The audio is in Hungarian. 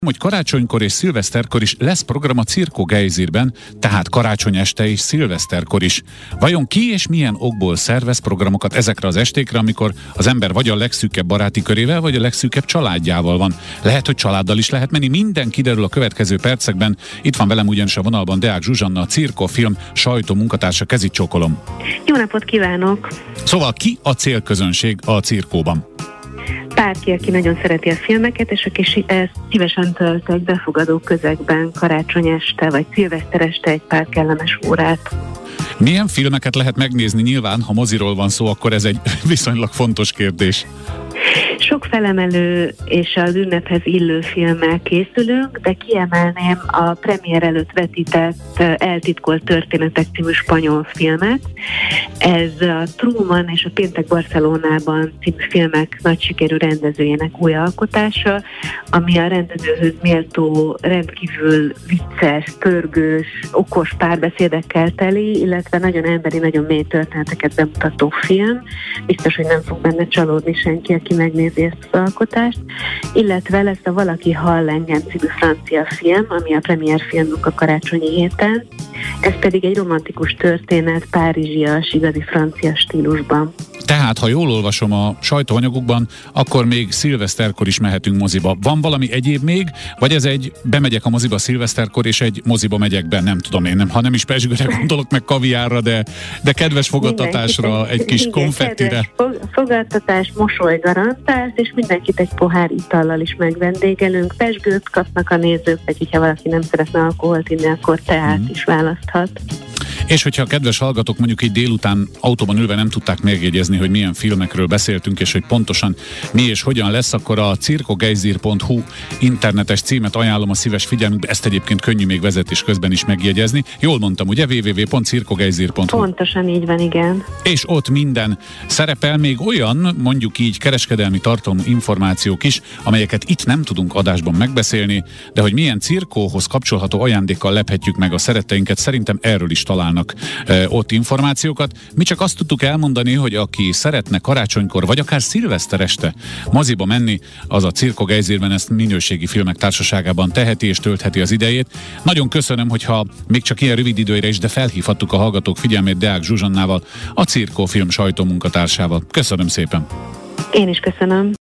Hogy karácsonykor és szilveszterkor is lesz program a Circo Gejzirben, tehát karácsony este és szilveszterkor is. Vajon ki és milyen okból szervez programokat ezekre az estékre, amikor az ember vagy a legszűkebb baráti körével, vagy a legszűkebb családjával van? Lehet, hogy családdal is lehet menni, minden kiderül a következő percekben. Itt van velem ugyanis a vonalban Deák Zsuzsanna, a Circo Film sajtó munkatársa, kezit csókolom. Jó napot kívánok! Szóval ki a célközönség a cirkóban? Bárki, aki nagyon szereti a filmeket, és aki szívesen tölt egy befogadó közegben karácsony este, vagy szilveszter este egy pár kellemes órát. Milyen filmeket lehet megnézni? Nyilván, ha moziról van szó, akkor ez egy viszonylag fontos kérdés. Sok felemelő és az ünnephez illő filmmel készülünk, de kiemelném a premier előtt vetített Eltitkolt történetek című spanyol filmet. Ez a Truman és a Péntek Barcelonában című filmek nagy sikerű rendezőjének új alkotása, ami a rendezőhöz méltó, rendkívül vicces, pörgős, okos párbeszédekkel teli, illetve nagyon emberi, nagyon mély történeteket bemutató film. Biztos, hogy nem fog benne csalódni senki, aki megnézi ezt az alkotást, illetve lesz a Valaki hall engem című francia film, ami a premier filmünk a karácsonyi héten. Ez pedig egy romantikus történet, párizsias, igazi francia stílusban. Tehát, ha jól olvasom a sajtóanyagokban, akkor még szilveszterkor is mehetünk moziba. Van valami egyéb még? Vagy ez egy bemegyek a moziba szilveszterkor, és egy moziba megyek be, nem tudom én, ha nem is pezsgőre gondolok, meg kaviárra, de kedves fogadtatásra, egy kis konfettire. Fogadtatás, mosoly garantált, és mindenkit egy pohár itallal is megvendégelünk. Pezsgőt kapnak a nézők, vagy ha valaki nem szeretne alkoholt inni, akkor teát is választhat. És hogyha a kedves hallgatók mondjuk így délután autóban ülve nem tudták megjegyezni, hogy milyen filmekről beszéltünk, és hogy pontosan mi és hogyan lesz, akkor a circogejzir.hu internetes címet ajánlom a szíves figyelmükbe, ezt egyébként könnyű még vezetés közben is megjegyezni. Jól mondtam, ugye? www.circogejzir.hu. Pontosan így van, igen. És ott minden szerepel, még olyan, mondjuk így kereskedelmi tartalmú információk is, amelyeket itt nem tudunk adásban megbeszélni, de hogy milyen cirkóhoz kapcsolható ajándékkal lephetjük meg a szeretteinket, szerintem erről is találnak ott információkat. Mi csak azt tudtuk elmondani, hogy aki szeretne karácsonykor, vagy akár szilveszter este moziba menni, az a Circo Gejzirben ezt minőségi filmek társaságában teheti és töltheti az idejét. Nagyon köszönöm, hogyha még csak ilyen rövid időre is, de felhívhattuk a hallgatók figyelmét Deák Zsuzsannával, a Circo Film sajtó munkatársával. Köszönöm szépen! Én is köszönöm.